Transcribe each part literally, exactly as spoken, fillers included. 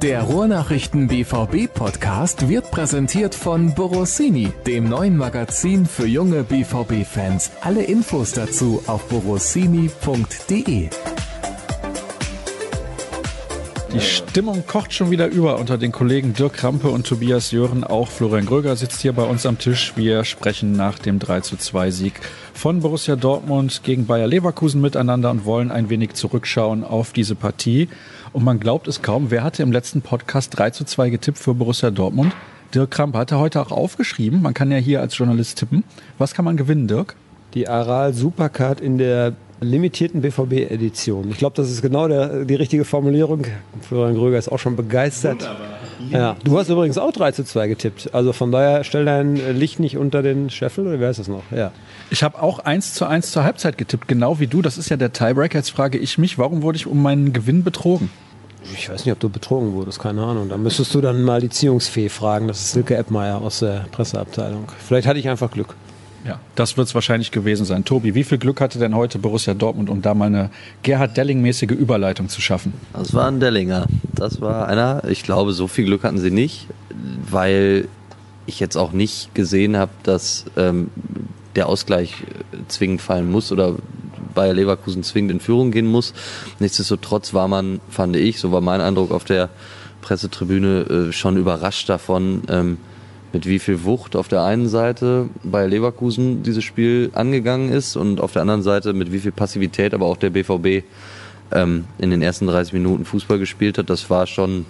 Der Ruhrnachrichten B V B-Podcast wird präsentiert von Borossini, dem neuen Magazin für junge B V B-Fans. Alle Infos dazu auf borossini punkt de. Die Stimmung kocht schon wieder über unter den Kollegen Dirk Krampe und Tobias Jören. Auch Florian Gröger sitzt hier bei uns am Tisch. Wir sprechen nach dem drei zu zwei Sieg von Borussia Dortmund gegen Bayer Leverkusen miteinander und wollen ein wenig zurückschauen auf diese Partie. Und man glaubt es kaum, wer hatte im letzten Podcast drei zu zwei getippt für Borussia Dortmund? Dirk Krampe hat er heute auch aufgeschrieben. Man kann ja hier als Journalist tippen. Was kann man gewinnen, Dirk? Die Aral Supercard in der limitierten B V B-Edition. Ich glaube, das ist genau der, die richtige Formulierung. Florian Gröger ist auch schon begeistert. Ja, du hast übrigens auch drei zu zwei getippt. Also von daher stell dein Licht nicht unter den Scheffel, oder wer ist das noch? Ja. Ich habe auch eins zu eins zur Halbzeit getippt, genau wie du. Das ist ja der Tiebreaker. Jetzt frage ich mich, warum wurde ich um meinen Gewinn betrogen? Ich weiß nicht, ob du betrogen wurdest, keine Ahnung. Da müsstest du dann mal die Ziehungsfee fragen. Das ist Silke Eppmeier aus der Presseabteilung. Vielleicht hatte ich einfach Glück. Ja, das wird es wahrscheinlich gewesen sein. Tobi, wie viel Glück hatte denn heute Borussia Dortmund, um da mal eine Gerhard-Delling-mäßige Überleitung zu schaffen? Das war ein Dellinger. Das war einer. Ich glaube, so viel Glück hatten sie nicht, weil ich jetzt auch nicht gesehen habe, dass ähm, der Ausgleich zwingend fallen muss oder Bayer Leverkusen zwingend in Führung gehen muss. Nichtsdestotrotz war man, fand ich, so war mein Eindruck auf der Pressetribüne, äh, schon überrascht davon, ähm, mit wie viel Wucht auf der einen Seite Bayer Leverkusen dieses Spiel angegangen ist und auf der anderen Seite mit wie viel Passivität aber auch der B V B ähm, in den ersten dreißig Minuten Fußball gespielt hat. Das war schon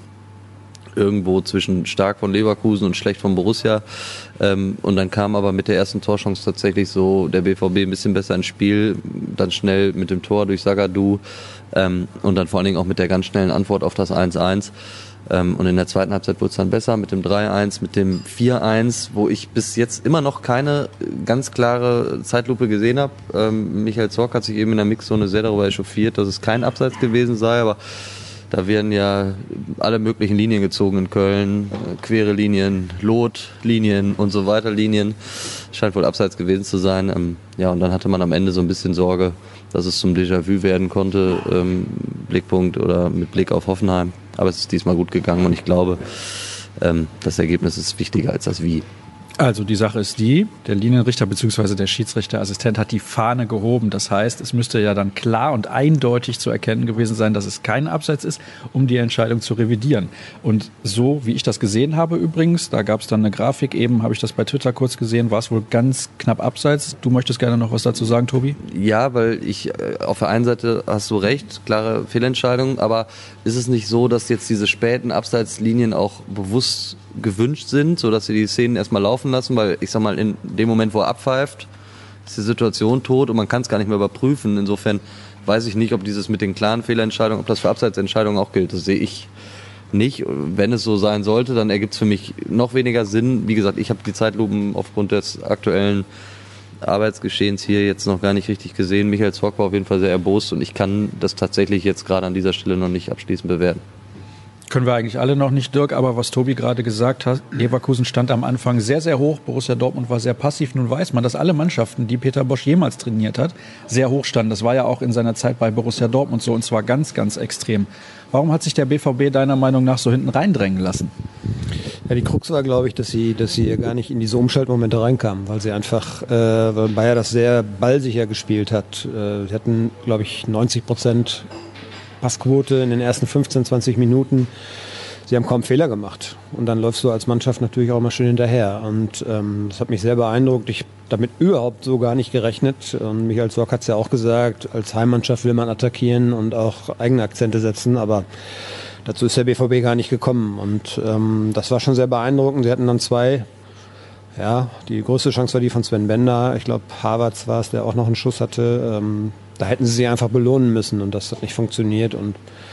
irgendwo zwischen stark von Leverkusen und schlecht von Borussia. Ähm, und dann kam aber mit der ersten Torchance tatsächlich so der B V B ein bisschen besser ins Spiel, dann schnell mit dem Tor durch Zagadou ähm, und dann vor allen Dingen auch mit der ganz schnellen Antwort auf das eins eins. Und in der zweiten Halbzeit wurde es dann besser mit dem drei eins, mit dem vier eins, wo ich bis jetzt immer noch keine ganz klare Zeitlupe gesehen habe. Ähm, Michael Zorc hat sich eben in der Mixzone sehr darüber echauffiert, dass es kein Abseits gewesen sei, aber da werden ja alle möglichen Linien gezogen in Köln, quere Linien, Lotlinien und so weiter Linien. Scheint wohl Abseits gewesen zu sein. Ähm, ja, und dann hatte man am Ende so ein bisschen Sorge, dass es zum Déjà-vu werden konnte, ähm, Blickpunkt oder mit Blick auf Hoffenheim. Aber es ist diesmal gut gegangen und ich glaube, ähm, das Ergebnis ist wichtiger als das Wie. Also die Sache ist die, der Linienrichter bzw. der Schiedsrichterassistent hat die Fahne gehoben. Das heißt, es müsste ja dann klar und eindeutig zu erkennen gewesen sein, dass es kein Abseits ist, um die Entscheidung zu revidieren. Und so, wie ich das gesehen habe übrigens, da gab es dann eine Grafik, eben habe ich das bei Twitter kurz gesehen, war es wohl ganz knapp Abseits. Du möchtest gerne noch was dazu sagen, Tobi? Ja, weil ich, auf der einen Seite hast du recht, klare Fehlentscheidung, aber ist es nicht so, dass jetzt diese späten Abseitslinien auch bewusst gewünscht sind, sodass sie die Szenen erstmal laufen lassen, weil ich sag mal, in dem Moment, wo er abpfeift, ist die Situation tot und man kann es gar nicht mehr überprüfen. Insofern weiß ich nicht, ob dieses mit den klaren Fehlentscheidungen, ob das für Abseitsentscheidungen auch gilt. Das sehe ich nicht. Wenn es so sein sollte, dann ergibt es für mich noch weniger Sinn. Wie gesagt, ich habe die Zeitlupen aufgrund des aktuellen Arbeitsgeschehens hier jetzt noch gar nicht richtig gesehen. Michael Zorc war auf jeden Fall sehr erbost und ich kann das tatsächlich jetzt gerade an dieser Stelle noch nicht abschließend bewerten. Können wir eigentlich alle noch nicht, Dirk, aber was Tobi gerade gesagt hat, Leverkusen stand am Anfang sehr, sehr hoch, Borussia Dortmund war sehr passiv. Nun weiß man, dass alle Mannschaften, die Peter Bosz jemals trainiert hat, sehr hoch standen. Das war ja auch in seiner Zeit bei Borussia Dortmund so und zwar ganz, ganz extrem. Warum hat sich der B V B deiner Meinung nach so hinten reindrängen lassen? Ja, die Krux war, glaube ich, dass sie, dass sie gar nicht in diese Umschaltmomente reinkamen, weil sie einfach, äh, weil Bayer das sehr ballsicher gespielt hat. Äh, sie hatten, glaube ich, neunzig Prozent Passquote in den ersten fünfzehn, zwanzig Minuten. Sie haben kaum Fehler gemacht. Und dann läufst du als Mannschaft natürlich auch mal schön hinterher. Und ähm, das hat mich sehr beeindruckt. Ich habe damit überhaupt so gar nicht gerechnet. Und Michael Zorc hat es ja auch gesagt, als Heimmannschaft will man attackieren und auch eigene Akzente setzen. Aber dazu ist der B V B gar nicht gekommen. Und ähm, das war schon sehr beeindruckend. Sie hatten dann zwei, ja, die größte Chance war die von Sven Bender. Ich glaube, Havertz war es, der auch noch einen Schuss hatte. Ähm, Da hätten sie sie einfach belohnen müssen und das hat nicht funktioniert. Und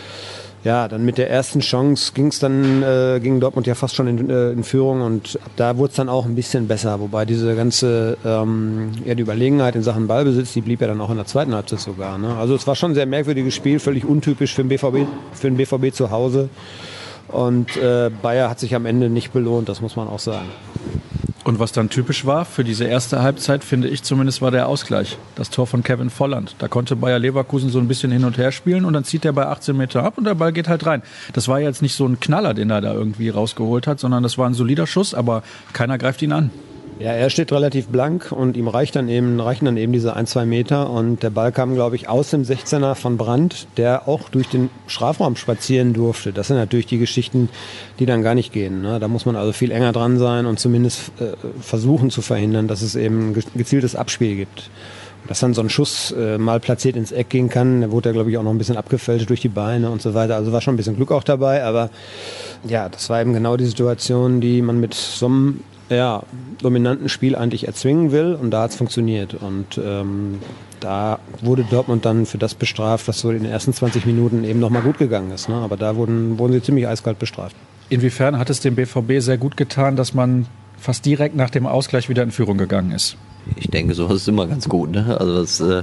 ja, dann mit der ersten Chance ging es dann, äh, ging Dortmund ja fast schon in, äh, in Führung und ab da wurde es dann auch ein bisschen besser. Wobei diese ganze, ähm, ja, die Überlegenheit in Sachen Ballbesitz, die blieb ja dann auch in der zweiten Halbzeit sogar. Ne? Also es war schon ein sehr merkwürdiges Spiel, völlig untypisch für den B V B, für den B V B zu Hause. Und äh, Bayer hat sich am Ende nicht belohnt, das muss man auch sagen. Und was dann typisch war für diese erste Halbzeit, finde ich zumindest, war der Ausgleich. Das Tor von Kevin Volland. Da konnte Bayer Leverkusen so ein bisschen hin und her spielen und dann zieht er bei achtzehn Meter ab und der Ball geht halt rein. Das war jetzt nicht so ein Knaller, den er da irgendwie rausgeholt hat, sondern das war ein solider Schuss, aber keiner greift ihn an. Ja, er steht relativ blank und ihm reicht dann eben, reichen dann eben diese ein, zwei Meter und der Ball kam, glaube ich, aus dem sechzehner von Brandt, der auch durch den Strafraum spazieren durfte. Das sind natürlich die Geschichten, die dann gar nicht gehen. Ne? Da muss man also viel enger dran sein und zumindest äh, versuchen zu verhindern, dass es eben ein gezieltes Abspiel gibt. Dass dann so ein Schuss äh, mal platziert ins Eck gehen kann, da wurde er, glaube ich, auch noch ein bisschen abgefälscht durch die Beine und so weiter. Also war schon ein bisschen Glück auch dabei, aber ja, das war eben genau die Situation, die man mit so einem ja, dominanten Spiel eigentlich erzwingen will und da hat es funktioniert und ähm, da wurde Dortmund dann für das bestraft, was so in den ersten zwanzig Minuten eben nochmal gut gegangen ist, ne? Aber da wurden, wurden sie ziemlich eiskalt bestraft. Inwiefern hat es dem B V B sehr gut getan, dass man fast direkt nach dem Ausgleich wieder in Führung gegangen ist? Ich denke, sowas ist immer ganz gut, ne? Also das äh,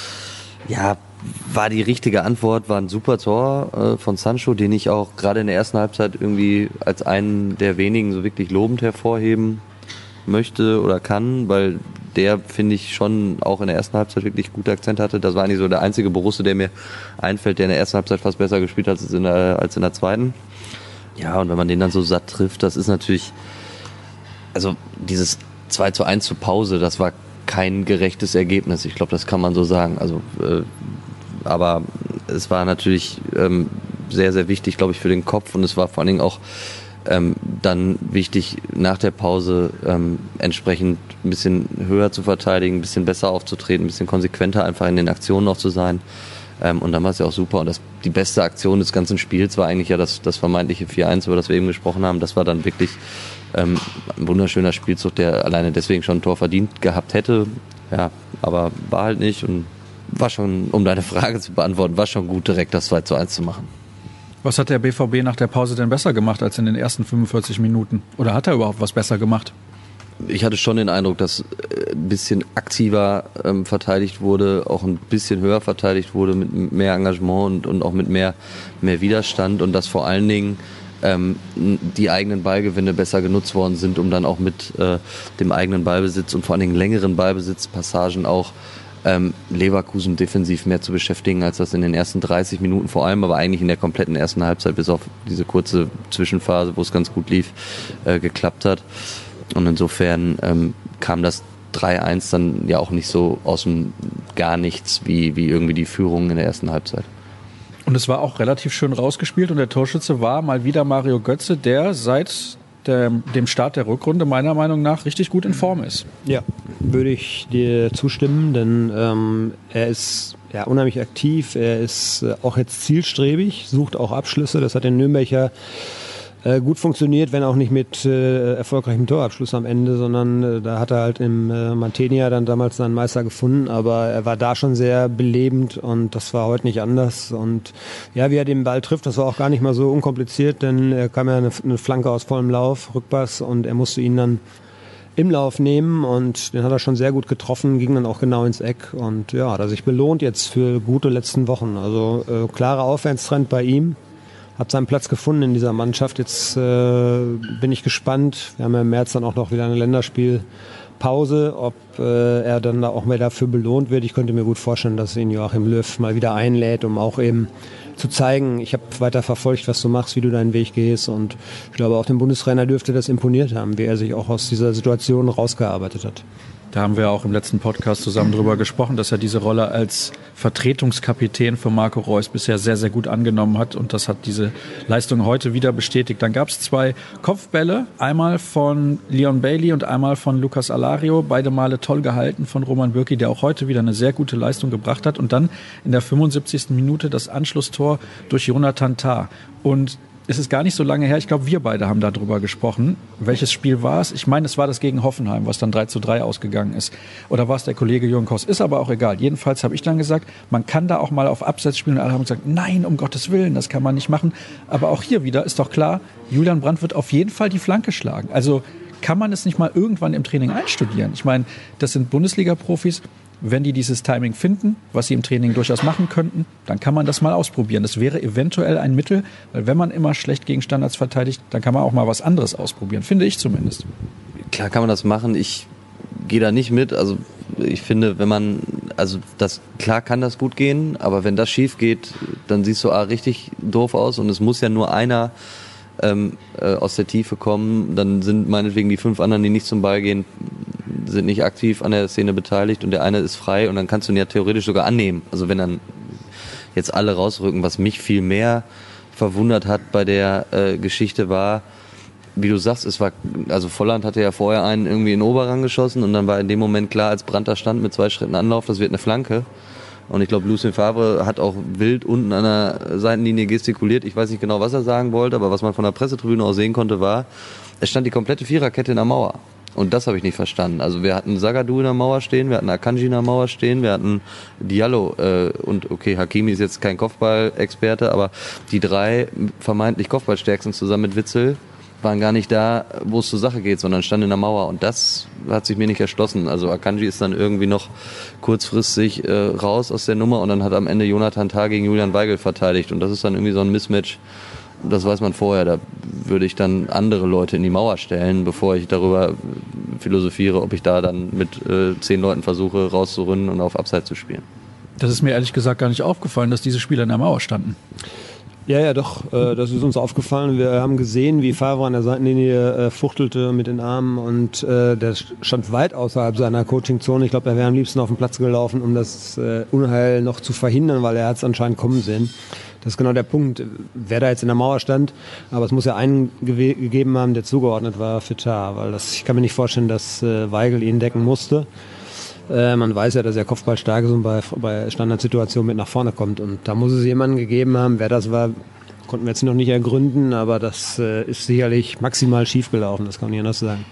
ja, war die richtige Antwort, war ein super Tor äh, von Sancho, den ich auch gerade in der ersten Halbzeit irgendwie als einen der wenigen so wirklich lobend hervorheben möchte oder kann, weil der, finde ich, schon auch in der ersten Halbzeit wirklich gute Akzente hatte. Das war eigentlich so der einzige Borusse, der mir einfällt, der in der ersten Halbzeit fast besser gespielt hat als in der, als in der zweiten. Ja, und wenn man den dann so satt trifft, das ist natürlich, also dieses zwei zu eins zur Pause, das war kein gerechtes Ergebnis. Ich glaube, das kann man so sagen. Also äh, aber es war natürlich ähm, sehr, sehr wichtig, glaube ich, für den Kopf und es war vor allen Dingen auch ähm, dann wichtig, nach der Pause ähm, entsprechend ein bisschen höher zu verteidigen, ein bisschen besser aufzutreten, ein bisschen konsequenter einfach in den Aktionen noch zu sein. Ähm, und dann war es ja auch super. Und das, die beste Aktion des ganzen Spiels war eigentlich ja das, das vermeintliche vier eins, über das wir eben gesprochen haben. Das war dann wirklich ähm, ein wunderschöner Spielzug, der alleine deswegen schon ein Tor verdient gehabt hätte. Ja, aber war halt nicht und war schon, um deine Frage zu beantworten, war schon gut, direkt das zwei zu eins zu machen. Was hat der B V B nach der Pause denn besser gemacht als in den ersten fünfundvierzig Minuten? Oder hat er überhaupt was besser gemacht? Ich hatte schon den Eindruck, dass ein bisschen aktiver ähm, verteidigt wurde, auch ein bisschen höher verteidigt wurde, mit mehr Engagement und, und auch mit mehr, mehr Widerstand und dass vor allen Dingen ähm, die eigenen Ballgewinne besser genutzt worden sind, um dann auch mit äh, dem eigenen Ballbesitz und vor allen Dingen längeren Ballbesitzpassagen auch ähm, Leverkusen defensiv mehr zu beschäftigen, als das in den ersten dreißig Minuten vor allem, aber eigentlich in der kompletten ersten Halbzeit, bis auf diese kurze Zwischenphase, wo es ganz gut lief, äh, geklappt hat. Und insofern ähm, kam das drei eins dann ja auch nicht so aus dem gar nichts wie, wie irgendwie die Führung in der ersten Halbzeit. Und es war auch relativ schön rausgespielt und der Torschütze war mal wieder Mario Götze, der seit der, dem Start der Rückrunde meiner Meinung nach richtig gut in Form ist. Ja, würde ich dir zustimmen, denn ähm, er ist ja unheimlich aktiv, er ist äh, auch jetzt zielstrebig, sucht auch Abschlüsse, das hat in Nürnberg ja äh, gut funktioniert, wenn auch nicht mit äh, erfolgreichem Torabschluss am Ende, sondern äh, da hat er halt im äh, Mantegna dann damals seinen Meister gefunden, aber er war da schon sehr belebend und das war heute nicht anders und ja, wie er den Ball trifft, das war auch gar nicht mal so unkompliziert, denn er kam ja eine, eine Flanke aus vollem Lauf, Rückpass und er musste ihn dann im Lauf nehmen und den hat er schon sehr gut getroffen, ging dann auch genau ins Eck und ja, hat er sich belohnt jetzt für gute letzten Wochen, also äh, klarer Aufwärtstrend bei ihm. Hat seinen Platz gefunden in dieser Mannschaft. Jetzt äh, bin ich gespannt. Wir haben ja im März dann auch noch wieder eine Länderspielpause, ob äh, er dann da auch mehr dafür belohnt wird. Ich könnte mir gut vorstellen, dass ihn Joachim Löw mal wieder einlädt, um auch eben zu zeigen, ich habe weiter verfolgt, was du machst, wie du deinen Weg gehst. Und ich glaube, auch dem Bundestrainer dürfte das imponiert haben, wie er sich auch aus dieser Situation rausgearbeitet hat. Da haben wir auch im letzten Podcast zusammen drüber gesprochen, dass er diese Rolle als Vertretungskapitän für Marco Reus bisher sehr, sehr gut angenommen hat. Und das hat diese Leistung heute wieder bestätigt. Dann gab es zwei Kopfbälle, einmal von Leon Bailey und einmal von Lucas Alario. Beide Male toll gehalten von Roman Bürki, der auch heute wieder eine sehr gute Leistung gebracht hat. Und dann in der fünfundsiebzigsten Minute das Anschlusstor durch Jonathan Tah. Und es ist gar nicht so lange her, ich glaube, wir beide haben darüber gesprochen. Welches Spiel war es? Ich meine, es war das gegen Hoffenheim, was dann drei zu drei ausgegangen ist. Oder war es der Kollege Jürgen Koss? Ist aber auch egal. Jedenfalls habe ich dann gesagt, man kann da auch mal auf Abseits spielen. Und alle haben gesagt, nein, um Gottes Willen, das kann man nicht machen. Aber auch hier wieder ist doch klar, Julian Brandt wird auf jeden Fall die Flanke schlagen. Also kann man es nicht mal irgendwann im Training einstudieren? Ich meine, das sind Bundesliga-Profis. Wenn die dieses Timing finden, was sie im Training durchaus machen könnten, dann kann man das mal ausprobieren. Das wäre eventuell ein Mittel, weil wenn man immer schlecht gegen Standards verteidigt, dann kann man auch mal was anderes ausprobieren, finde ich zumindest. klar kann man das machen. Ich gehe da nicht mit. Also ich finde, wenn man, also das, klar kann das gut gehen, aber wenn das schief geht, dann siehst du ah, richtig doof aus und es muss ja nur einer ähm, äh, aus der Tiefe kommen, dann sind meinetwegen die fünf anderen, die nicht zum Ball gehen, sind nicht aktiv an der Szene beteiligt und der eine ist frei und dann kannst du ihn ja theoretisch sogar annehmen. Also wenn dann jetzt alle rausrücken, was mich viel mehr verwundert hat bei der äh, Geschichte war, wie du sagst, es war, also Volland hatte ja vorher einen irgendwie in den Oberrang geschossen und dann war in dem Moment klar, als Brandt da stand mit zwei Schritten Anlauf, das wird eine Flanke. Und ich glaube, Lucien Favre hat auch wild unten an der Seitenlinie gestikuliert. Ich weiß nicht genau, was er sagen wollte, aber was man von der Pressetribüne aus sehen konnte, war, es stand die komplette Viererkette in der Mauer. Und das habe ich nicht verstanden. Also wir hatten Zagadou in der Mauer stehen, wir hatten Akanji in der Mauer stehen, wir hatten Diallo äh, und okay, Hakimi ist jetzt kein Kopfball-Experte, aber die drei vermeintlich Kopfballstärksten zusammen mit Witzel waren gar nicht da, wo es zur Sache geht, sondern standen in der Mauer und das hat sich mir nicht erschlossen. Also Akanji ist dann irgendwie noch kurzfristig äh, raus aus der Nummer und dann hat am Ende Jonathan Tah gegen Julian Weigl verteidigt und das ist dann irgendwie so ein Mismatch, das weiß man vorher, da würde ich dann andere Leute in die Mauer stellen, bevor ich darüber philosophiere, ob ich da dann mit äh, zehn Leuten versuche rauszurennen und auf Abseits zu spielen. Das ist mir ehrlich gesagt gar nicht aufgefallen, dass diese Spieler in der Mauer standen. Ja, ja, doch, äh, das ist uns aufgefallen. Wir haben gesehen, wie Favre an der Seitenlinie äh, fuchtelte mit den Armen und äh, der stand weit außerhalb seiner Coachingzone. Ich glaube, er wäre am liebsten auf den Platz gelaufen, um das äh, Unheil noch zu verhindern, weil er hat es anscheinend kommen sehen. Das ist genau der Punkt, wer da jetzt in der Mauer stand. Aber es muss ja einen gewe- gegeben haben, der zugeordnet war für Tah, weil das, ich kann mir nicht vorstellen, dass äh, Weigl ihn decken musste. Äh, man weiß ja, dass er kopfballstark ist und bei, bei Standardsituationen mit nach vorne kommt. Und da muss es jemanden gegeben haben. Wer das war, konnten wir jetzt noch nicht ergründen, aber das äh, ist sicherlich maximal schief gelaufen, das kann man nicht anders sagen.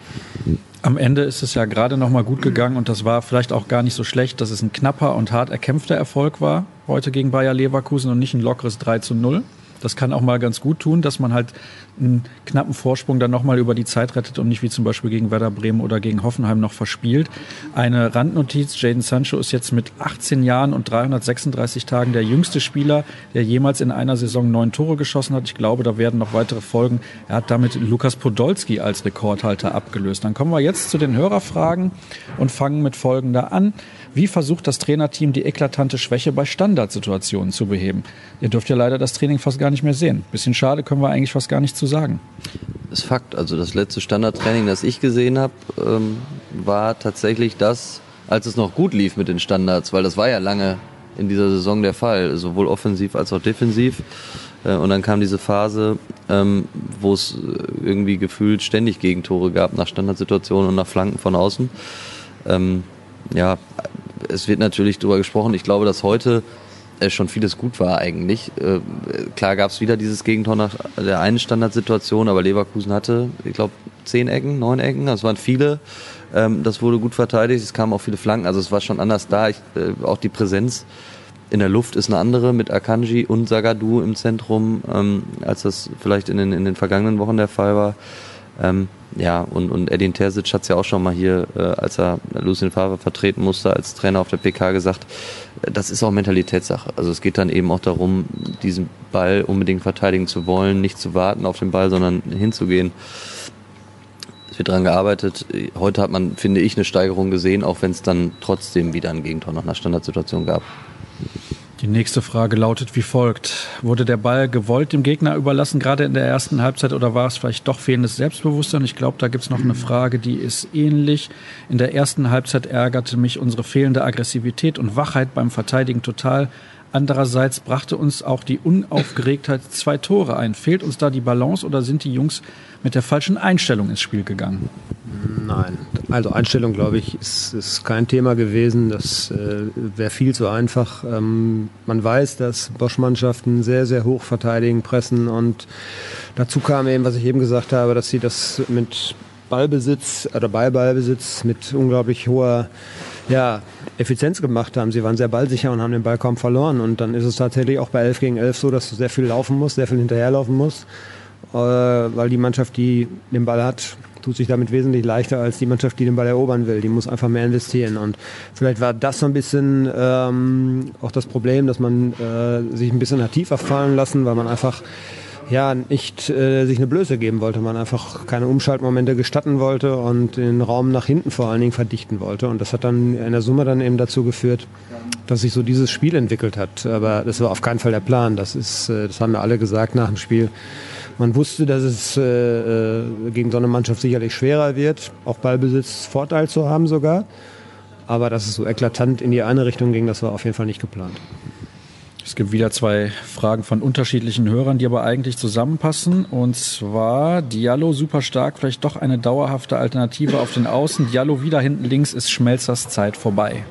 Am Ende ist es ja gerade noch mal gut gegangen und das war vielleicht auch gar nicht so schlecht, dass es ein knapper und hart erkämpfter Erfolg war heute gegen Bayer Leverkusen und nicht ein lockeres drei zu null. Das kann auch mal ganz gut tun, dass man halt einen knappen Vorsprung dann nochmal über die Zeit rettet und nicht wie zum Beispiel gegen Werder Bremen oder gegen Hoffenheim noch verspielt. Eine Randnotiz, Jadon Sancho ist jetzt mit achtzehn Jahren und dreihundertsechsunddreißig Tagen der jüngste Spieler, der jemals in einer Saison neun Tore geschossen hat. Ich glaube, da werden noch weitere folgen. Er hat damit Lukas Podolski als Rekordhalter abgelöst. Dann kommen wir jetzt zu den Hörerfragen und fangen mit folgender an. Wie versucht das Trainerteam, die eklatante Schwäche bei Standardsituationen zu beheben? Ihr dürft ja leider das Training fast gar nicht mehr sehen. Bisschen schade, können wir eigentlich fast gar nicht zu sagen. Das ist Fakt. Also das letzte Standardtraining, das ich gesehen habe, ähm, war tatsächlich das, als es noch gut lief mit den Standards, weil das war ja lange in dieser Saison der Fall, sowohl offensiv als auch defensiv. Äh, und dann kam diese Phase, ähm, wo es irgendwie gefühlt ständig Gegentore gab nach Standardsituationen und nach Flanken von außen. Ähm, ja, es wird natürlich darüber gesprochen. Ich glaube, dass heute äh, schon vieles gut war eigentlich. Äh, klar gab es wieder dieses Gegentor nach der einen Standardsituation, aber Leverkusen hatte, ich glaube, zehn Ecken, neun Ecken. Das waren viele. Ähm, das wurde gut verteidigt. Es kamen auch viele Flanken. Also es war schon anders da. Ich, äh, auch die Präsenz in der Luft ist eine andere mit Akanji und Zagadou im Zentrum, ähm, als das vielleicht in den, in den vergangenen Wochen der Fall war. Ähm, ja, und, und Edin Terzic hat es ja auch schon mal hier, äh, als er Lucien Favre vertreten musste, als Trainer auf der P K gesagt, äh, das ist auch Mentalitätssache. Also es geht dann eben auch darum, diesen Ball unbedingt verteidigen zu wollen, nicht zu warten auf den Ball, sondern hinzugehen. Es wird daran gearbeitet. Heute hat man, finde ich, eine Steigerung gesehen, auch wenn es dann trotzdem wieder ein Gegentor nach einer Standardsituation gab. Die nächste Frage lautet wie folgt. Wurde der Ball gewollt dem Gegner überlassen, gerade in der ersten Halbzeit, oder war es vielleicht doch fehlendes Selbstbewusstsein? Ich glaube, da gibt es noch eine Frage, die ist ähnlich. In der ersten Halbzeit ärgerte mich unsere fehlende Aggressivität und Wachheit beim Verteidigen total. Andererseits brachte uns auch die Unaufgeregtheit zwei Tore ein. Fehlt uns da die Balance oder sind die Jungs mit der falschen Einstellung ins Spiel gegangen? Nein, also Einstellung, glaube ich, ist, ist kein Thema gewesen. Das äh, wäre viel zu einfach. Ähm, man weiß, dass Bosch-Mannschaften sehr, sehr hoch verteidigen, pressen und dazu kam eben, was ich eben gesagt habe, dass sie das mit Ballbesitz oder bei Ballbesitz mit unglaublich hoher ja, Effizienz gemacht haben. Sie waren sehr ballsicher und haben den Ball kaum verloren. Und dann ist es tatsächlich auch bei elf gegen elf so, dass du sehr viel laufen musst, sehr viel hinterherlaufen musst, äh, weil die Mannschaft, die den Ball hat, tut sich damit wesentlich leichter als die Mannschaft, die den Ball erobern will. Die muss einfach mehr investieren. Und vielleicht war das so ein bisschen ähm, auch das Problem, dass man äh, sich ein bisschen hat tiefer fallen lassen, weil man einfach ja, nicht äh, sich eine Blöße geben wollte, man einfach keine Umschaltmomente gestatten wollte und den Raum nach hinten vor allen Dingen verdichten wollte. Und das hat dann in der Summe dann eben dazu geführt, dass sich so dieses Spiel entwickelt hat. Aber das war auf keinen Fall der Plan. Das ist, äh, das haben wir alle gesagt nach dem Spiel. Man wusste, dass es äh, gegen so eine Mannschaft sicherlich schwerer wird, auch Ballbesitz Vorteil zu haben sogar. Aber dass es so eklatant in die eine Richtung ging, das war auf jeden Fall nicht geplant. Es gibt wieder zwei Fragen von unterschiedlichen Hörern, die aber eigentlich zusammenpassen. Und zwar Diallo super stark, vielleicht doch eine dauerhafte Alternative auf den Außen. Diallo wieder hinten links, ist Schmelzers Zeit vorbei.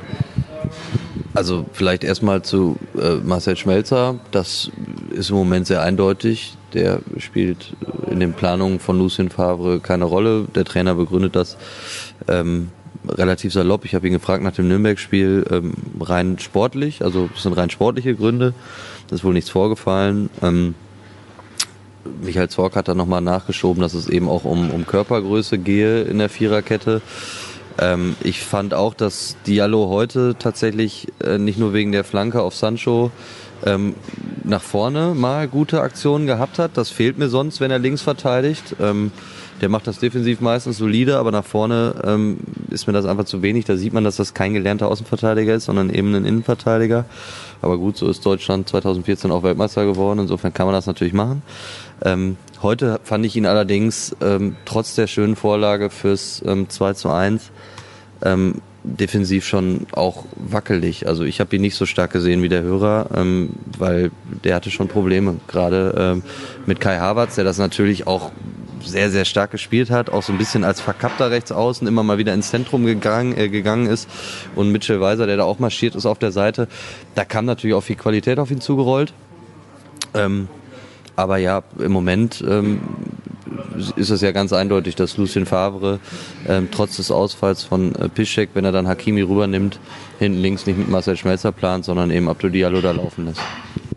Also vielleicht erstmal zu äh, Marcel Schmelzer. Das ist im Moment sehr eindeutig. Der spielt in den Planungen von Lucien Favre keine Rolle. Der Trainer begründet das ähm, relativ salopp. Ich habe ihn gefragt nach dem Nürnberg-Spiel, ähm, rein sportlich, also es sind rein sportliche Gründe. Da ist wohl nichts vorgefallen. Ähm, Michael Zorc hat dann nochmal nachgeschoben, dass es eben auch um, um Körpergröße gehe in der Viererkette. Ähm, ich fand auch, dass Diallo heute tatsächlich äh, nicht nur wegen der Flanke auf Sancho ähm, nach vorne mal gute Aktionen gehabt hat. Das fehlt mir sonst, wenn er links verteidigt. Ähm, der macht das defensiv meistens solide, aber nach vorne ähm, ist mir das einfach zu wenig. Da sieht man, dass das kein gelernter Außenverteidiger ist, sondern eben ein Innenverteidiger. Aber gut, so ist Deutschland zwanzig vierzehn auch Weltmeister geworden. Insofern kann man das natürlich machen. Ähm, heute fand ich ihn allerdings ähm, trotz der schönen Vorlage fürs ähm, zwei zu eins ähm, defensiv schon auch wackelig. Also ich habe ihn nicht so stark gesehen wie der Hörer, ähm, weil der hatte schon Probleme. Gerade ähm, mit Kai Havertz, der das natürlich auch sehr, sehr stark gespielt hat, auch so ein bisschen als verkappter Rechtsaußen immer mal wieder ins Zentrum gegangen, äh, gegangen ist, und Mitchell Weiser, der da auch marschiert ist auf der Seite, da kam natürlich auch viel Qualität auf ihn zugerollt. Ähm, aber ja, im Moment ähm, ist es ja ganz eindeutig, dass Lucien Favre ähm, trotz des Ausfalls von äh, Piszczek, wenn er dann Hakimi rübernimmt, hinten links nicht mit Marcel Schmelzer plant, sondern eben Abdou Diallo da laufen lässt.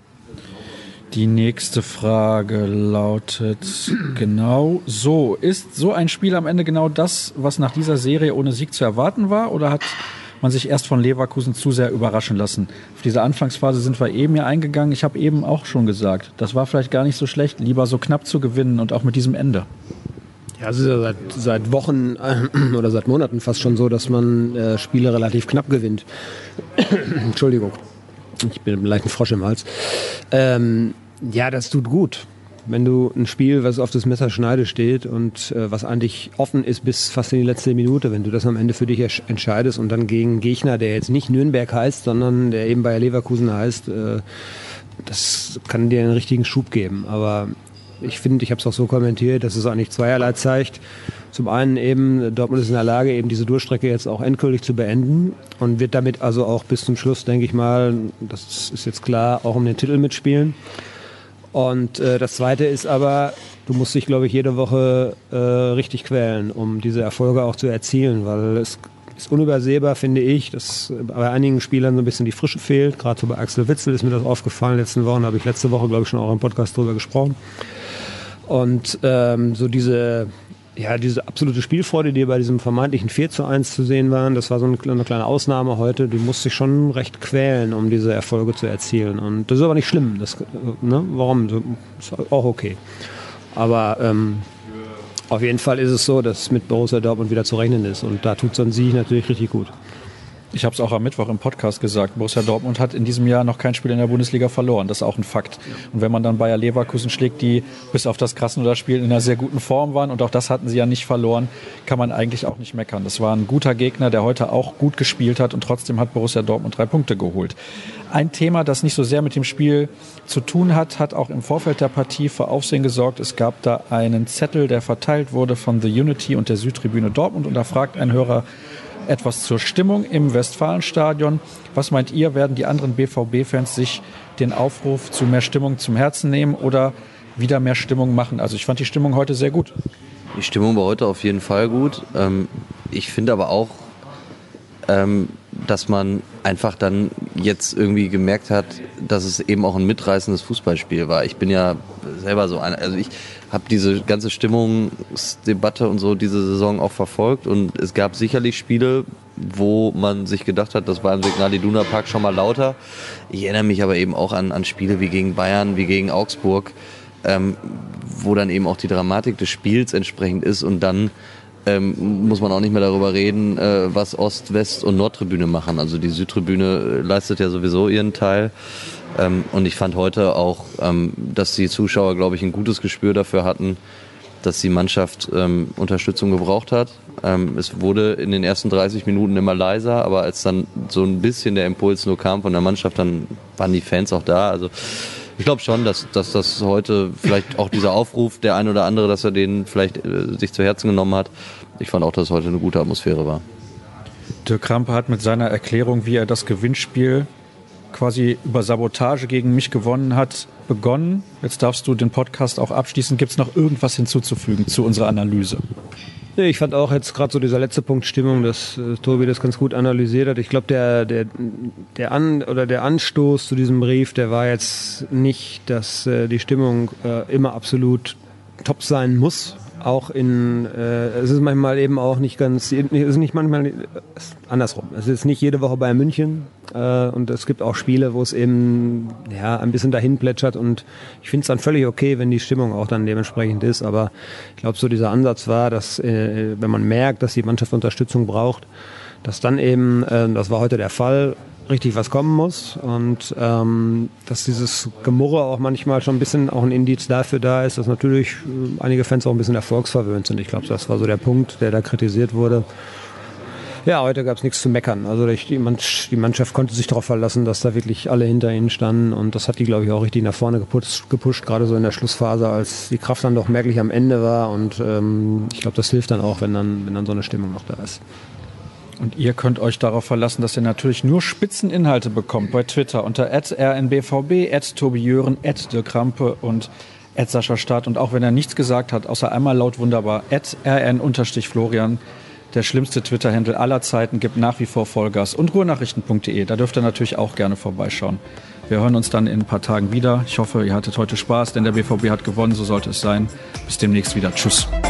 Die nächste Frage lautet genau so. Ist so ein Spiel am Ende genau das, was nach dieser Serie ohne Sieg zu erwarten war? Oder hat man sich erst von Leverkusen zu sehr überraschen lassen? Auf diese Anfangsphase sind wir eben ja eingegangen. Ich habe eben auch schon gesagt, das war vielleicht gar nicht so schlecht, lieber so knapp zu gewinnen und auch mit diesem Ende. Ja, es ist ja seit, seit Wochen äh, oder seit Monaten fast schon so, dass man äh, Spiele relativ knapp gewinnt. Entschuldigung. Ich bin mit einem leichten Frosch im Hals. Ähm, ja, das tut gut. Wenn du ein Spiel, was auf das Messerschneide steht und äh, was eigentlich offen ist bis fast in die letzte Minute, wenn du das am Ende für dich entscheidest und dann gegen einen Gegner, der jetzt nicht Nürnberg heißt, sondern der eben Bayer Leverkusen heißt, äh, das kann dir einen richtigen Schub geben. Aber ich finde, ich habe es auch so kommentiert, dass es eigentlich zweierlei zeigt. Zum einen eben, Dortmund ist in der Lage, eben diese Durchstrecke jetzt auch endgültig zu beenden und wird damit also auch bis zum Schluss, denke ich mal, das ist jetzt klar, auch um den Titel mitspielen. Und äh, das Zweite ist aber, du musst dich, glaube ich, jede Woche äh, richtig quälen, um diese Erfolge auch zu erzielen, weil es ist unübersehbar, finde ich, dass bei einigen Spielern so ein bisschen die Frische fehlt. Gerade so bei Axel Witsel ist mir das aufgefallen. In den letzten Wochen habe ich letzte Woche, glaube ich, schon auch im Podcast drüber gesprochen. Und ähm, so diese... Ja, diese absolute Spielfreude, die bei diesem vermeintlichen vier zu eins zu sehen waren, das war so eine kleine Ausnahme heute. Du musst dich schon recht quälen, um diese Erfolge zu erzielen. Und das ist aber nicht schlimm. Das, ne? Warum? Das ist auch okay. Aber ähm, auf jeden Fall ist es so, dass mit Borussia Dortmund wieder zu rechnen ist. Und da tut so ein Sieg natürlich richtig gut. Ich habe es auch am Mittwoch im Podcast gesagt, Borussia Dortmund hat in diesem Jahr noch kein Spiel in der Bundesliga verloren. Das ist auch ein Fakt. Und wenn man dann Bayer Leverkusen schlägt, die bis auf das Krasnodar-Spiel in einer sehr guten Form waren, und auch das hatten sie ja nicht verloren, kann man eigentlich auch nicht meckern. Das war ein guter Gegner, der heute auch gut gespielt hat, und trotzdem hat Borussia Dortmund drei Punkte geholt. Ein Thema, das nicht so sehr mit dem Spiel zu tun hat, hat auch im Vorfeld der Partie für Aufsehen gesorgt. Es gab da einen Zettel, der verteilt wurde von The Unity und der Südtribüne Dortmund, und da fragt ein Hörer etwas zur Stimmung im Westfalenstadion. Was meint ihr, werden die anderen B V B-Fans sich den Aufruf zu mehr Stimmung zum Herzen nehmen oder wieder mehr Stimmung machen? Also ich fand die Stimmung heute sehr gut. Die Stimmung war heute auf jeden Fall gut. Ich finde aber auch, dass man einfach dann jetzt irgendwie gemerkt hat, dass es eben auch ein mitreißendes Fußballspiel war. Ich bin ja selber so einer, also ich habe diese ganze Stimmungsdebatte und so diese Saison auch verfolgt, und es gab sicherlich Spiele, wo man sich gedacht hat, das war im Signal Iduna Park schon mal lauter. Ich erinnere mich aber eben auch an, an Spiele wie gegen Bayern, wie gegen Augsburg, ähm, wo dann eben auch die Dramatik des Spiels entsprechend ist und dann ähm, muss man auch nicht mehr darüber reden, äh, was Ost-, West- und Nordtribüne machen. Also die Südtribüne leistet ja sowieso ihren Teil. Ähm, und ich fand heute auch, ähm, dass die Zuschauer, glaube ich, ein gutes Gespür dafür hatten, dass die Mannschaft ähm, Unterstützung gebraucht hat. Ähm, es wurde in den ersten dreißig Minuten immer leiser, aber als dann so ein bisschen der Impuls nur kam von der Mannschaft, dann waren die Fans auch da. Also ich glaube schon, dass, dass das heute vielleicht auch dieser Aufruf, der ein oder andere, dass er den vielleicht äh, sich zu Herzen genommen hat. Ich fand auch, dass es heute eine gute Atmosphäre war. Dirk Krampe hat mit seiner Erklärung, wie er das Gewinnspiel quasi über Sabotage gegen mich gewonnen hat, begonnen. Jetzt darfst du den Podcast auch abschließen. Gibt es noch irgendwas hinzuzufügen zu unserer Analyse? Nee, ich fand auch jetzt gerade so dieser letzte Punkt Stimmung, dass äh, Tobi das ganz gut analysiert hat. Ich glaube, der, der, der, An- oder der Anstoß zu diesem Brief, der war jetzt nicht, dass äh, die Stimmung äh, immer absolut top sein muss. Auch in, äh, es ist manchmal eben auch nicht ganz, es ist nicht manchmal, andersrum. Es ist nicht jede Woche bei München äh, und es gibt auch Spiele, wo es eben ja ein bisschen dahin plätschert und ich finde es dann völlig okay, wenn die Stimmung auch dann dementsprechend ist, aber ich glaube, so dieser Ansatz war, dass äh, wenn man merkt, dass die Mannschaft Unterstützung braucht, dass dann eben, äh, das war heute der Fall, richtig was kommen muss und ähm, dass dieses Gemurre auch manchmal schon ein bisschen auch ein Indiz dafür da ist, dass natürlich äh, einige Fans auch ein bisschen erfolgsverwöhnt sind. Ich glaube, das war so der Punkt, der da kritisiert wurde. Ja, heute gab es nichts zu meckern. Also die Mannschaft, die Mannschaft konnte sich darauf verlassen, dass da wirklich alle hinter ihnen standen und das hat die, glaube ich, auch richtig nach vorne gepusht, gepusht, gerade so in der Schlussphase, als die Kraft dann doch merklich am Ende war und ähm, ich glaube, das hilft dann auch, wenn dann, wenn dann so eine Stimmung noch da ist. Und ihr könnt euch darauf verlassen, dass ihr natürlich nur Spitzeninhalte bekommt bei Twitter unter at r n b v b, at tobi jören, at dirk krampe und at sascha stadt. Und auch wenn er nichts gesagt hat, außer einmal laut wunderbar, at r n florian, der schlimmste Twitter-Handle aller Zeiten, gibt nach wie vor Vollgas. Und ruhrnachrichten punkt de, da dürft ihr natürlich auch gerne vorbeischauen. Wir hören uns dann in ein paar Tagen wieder. Ich hoffe, ihr hattet heute Spaß, denn der B V B hat gewonnen, so sollte es sein. Bis demnächst wieder. Tschüss.